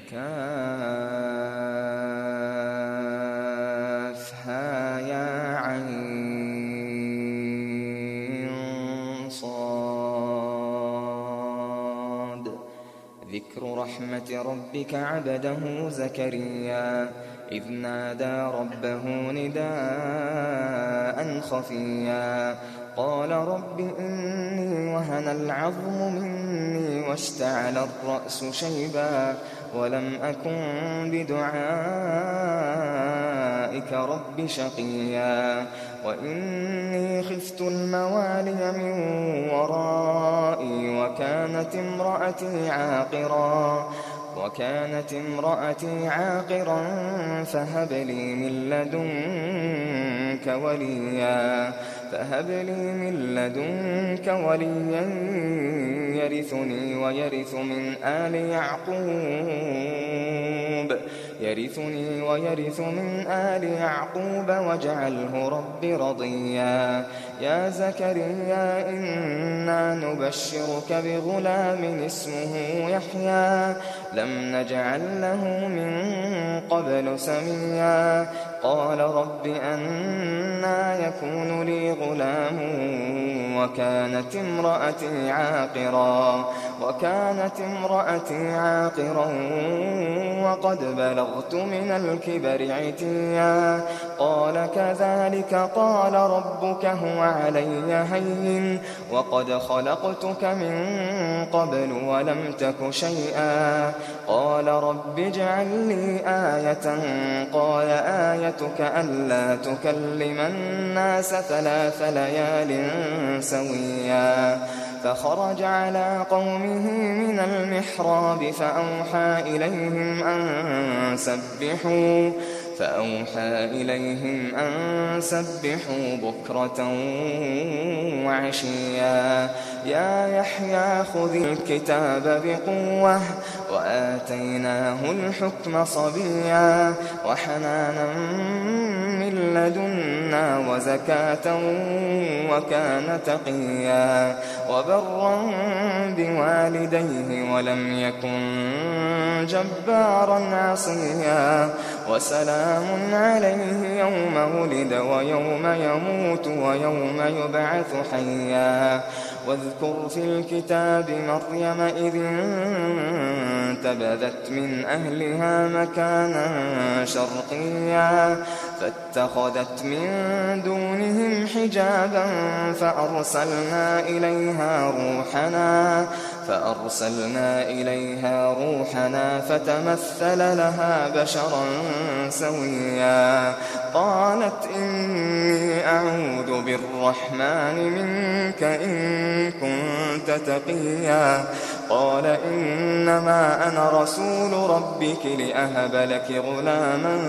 كافها صاد. ذكر رحمة ربك عبده زكريا إذ نادى ربه نداء خفيا قال رب إني وهن العظم مني واشتعل الرأس شيبا ولم أكن بدعائك رب شقيا وإني خفت الموالي من ورائي وكانت امرأتي عاقرا فهب لي من لدنك وليا يرثني ويرث من آل يعقوب واجعله رب رضيا يا زكريا إنا نبشرك بغلام اسمه يحيى لم نجعل له من قبل سميا قال رب أنى يكون لي غلام وكانت امرأتي عاقرا وقد بلغت من الكبر عتيا قال كذلك قال ربك هو علي هين وقد خلقتك من قبل ولم تك شيئا قال رب اجعل لي آية قال آيتك ألا تكلم الناس 3 ليال سويا فخرج على قومه من المحراب فأوحى إليهم أن سبحوا بكرة وعشيا يا يحيى خذ الكتاب بقوة وآتيناه الحكم صبيا وحنانا من لدنا وزكاة وكان تقيا وبرا بوالديه ولم يكن جبارا عصيا وسلام عليه يوم ولد ويوم يموت ويوم يبعث حيا واذكر في الكتاب مريم إذ انتبذت من أهلها مكانا شرقيا فاتخذت من دونهم حجابا فأرسلنا إليها روحنا فتمثل لها بشرا سويا قالت إني أعوذ بالرحمن منك إن كنت تقيا قال إنما أنا رسول ربك لأهب لك غلاما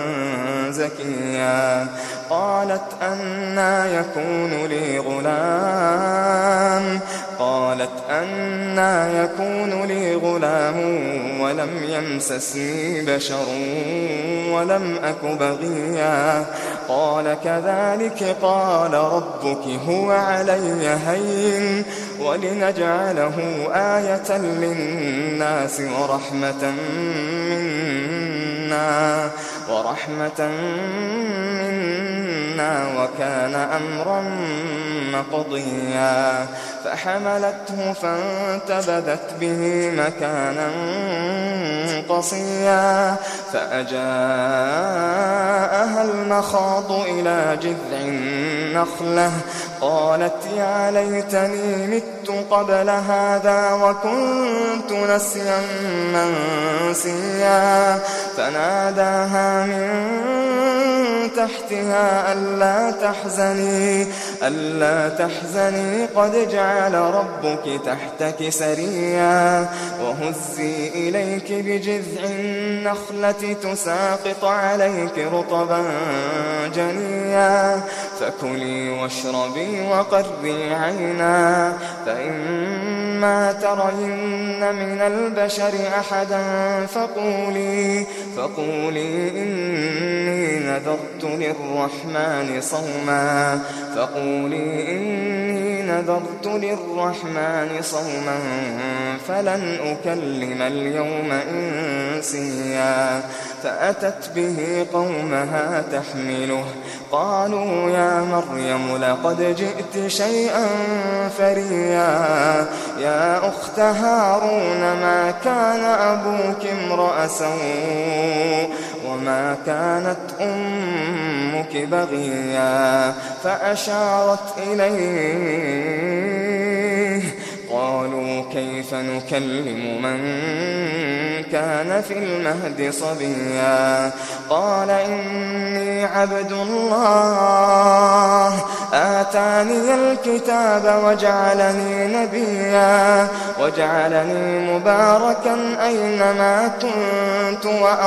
زكيا قالت أنى يكون لي غلام ولم يمسسني بشر ولم أك بغيا قال كذلك قال ربك هو علي هين ولنجعله آية للناس ورحمة منا وكان أمرا مقضيا فحملته فانتبذت به مكانا قصيا فأجاءها المخاض إلى جذع النخلة قالت يا ليتني مت قبل هذا وكنت نسيا منسيا فناداها من تحتها ألا تحزني قد جعل ربك تحتك سريا وهزي إليك بجذع النخلة تساقط عليك رطبا جنيا فكلي واشربي وقري عينا فإما ترين من البشر أحدا فقولي إني نذرت نذرت للرحمن صوما فقولي إني نذرت للرحمن صوما فلن أكلم اليوم إنسيا فأتت به قومها تحمله قالوا يا مريم لقد جئت شيئا فريا يا أخت هارون ما كان أبوك امرأ سوء وما كانت أمك بغيا فأشارت إليه قالوا كيف نكلم من كان في المهد صبيا قال إني عبد الله آتاني الكتاب وجعلني نبيا وجعلني مباركا أينما كنت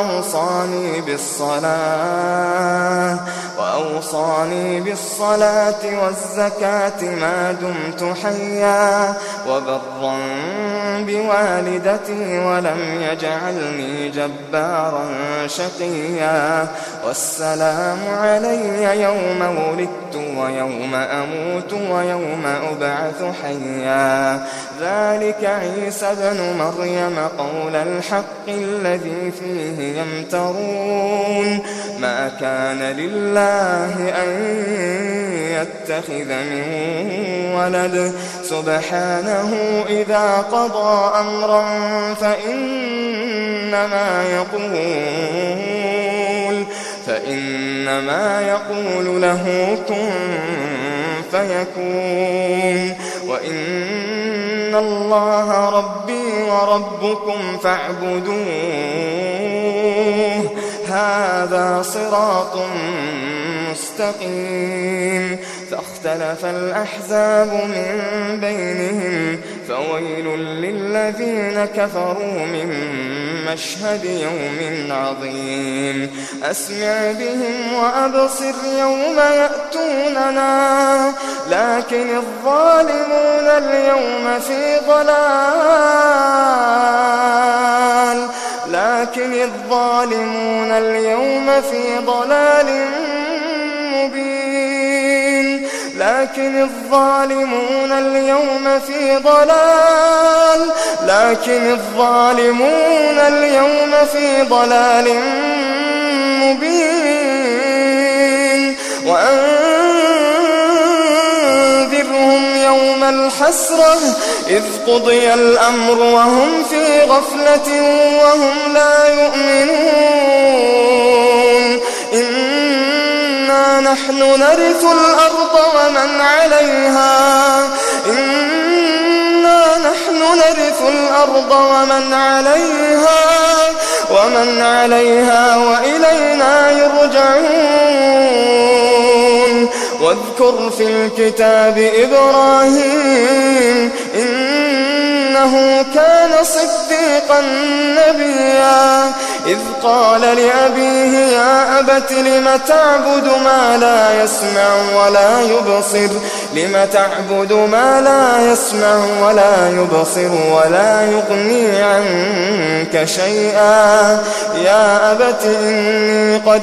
وأوصاني بالصلاة والزكاة ما دمت حيا وبرا بوالدتي ولم يجعلني جبارا شقيا والسلام علي يوم ولدت ويوم أموت ويوم أبعث حيا ذلك عيسى ابن مريم قول الحق الذي فيه يمترون ما كان لله أن يتخذ من ولد سبحانه إذا قضى أمرا فإنما يقول له كن فيكون وإن الله ربي وربكم فاعبدوه هذا صراط مستقيم فاختلف الأحزاب من بينهم فويل للذين كفروا من مشهد يوم عظيم أسمع بهم وأبصر يوم يأتوننا لكن الظالمون اليوم في ضلال مبين لكن الظالمون اليوم في ضلال مبين وأنذرهم يوم الحسرة إذ قضي الأمر وهم في غفلة وهم لا يؤمنون إنا نحن نرث الأرض ومن عليها وإلينا يرجعون واذكر في الكتاب إبراهيم إنه كان صديقا نبيا إذ قال لأبيه يا أبت لم تعبد ما لا يسمع ولا يبصر ولا يغني عنك شيئا يا أبت إني قد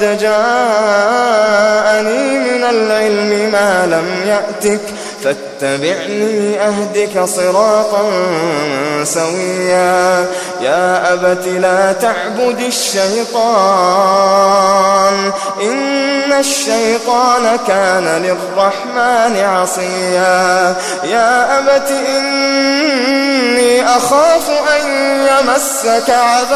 جاءني من العلم ما لم يأتك فاتبعني أهدك صراطا سويا يا أبت لا تعبد الشيطان إن الشيطان كان للرحمن عصيا يا أبت إني أخاف أن يمسك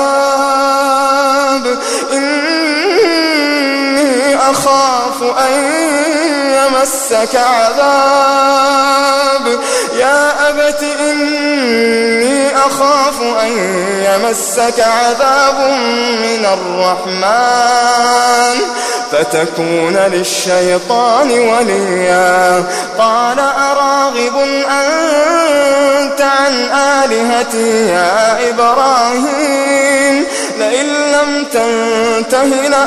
عذاب يا أبت إني أخاف أن يمسك عذاب من الرحمن فتكون للشيطان وليا قال أراغب أنت عن آلهتي يا إبراهيم لئن لم تنته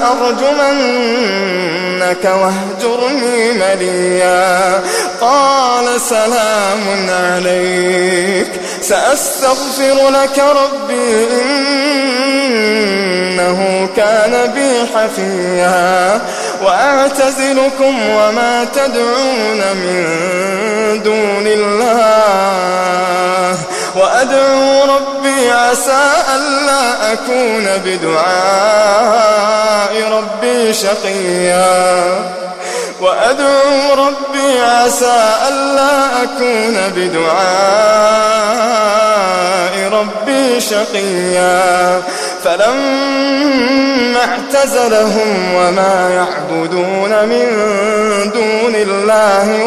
لأرجمنك واهجرني مليا قال سلام عليك سأستغفر لك ربي إنه كان بي حفيا وأعتزلكم وما تدعون من دون الله وأدعو ربي عسى ألا أكون بدعاء ربي شقيا وأدعو ربي عسى ألا أكون بدعاء ربي شقيا فلما اعتزلهم وما يعبدون من دون الله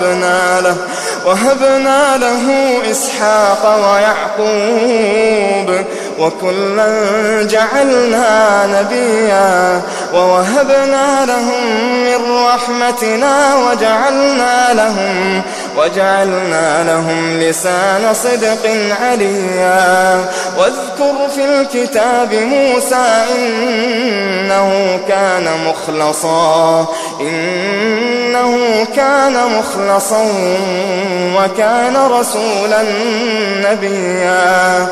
وهبنا له إسحاق ويعقوب وكلا جعلنا نبيا ووهبنا لهم من رحمتنا وجعلنا لهم لسان صدق عليا واذكر في الكتاب موسى إنه كان مخلصا وكان رسولا نبيا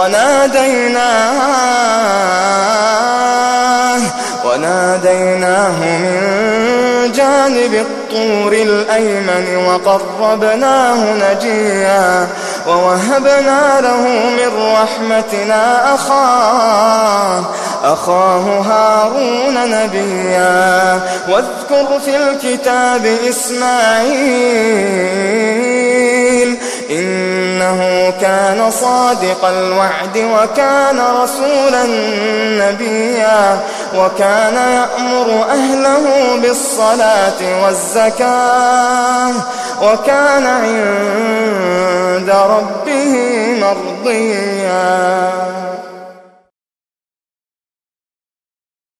وناديناه من جانب الطور الأيمن وقربناه نجيا ووهبنا له من رحمتنا أخاه هارون نبيا واذكر في الكتاب إسماعيل إنه كان صادق الوعد وكان رسولا نبيا وكان يأمر أهله بالصلاة والزكاة وكان عند ربه مرضيا.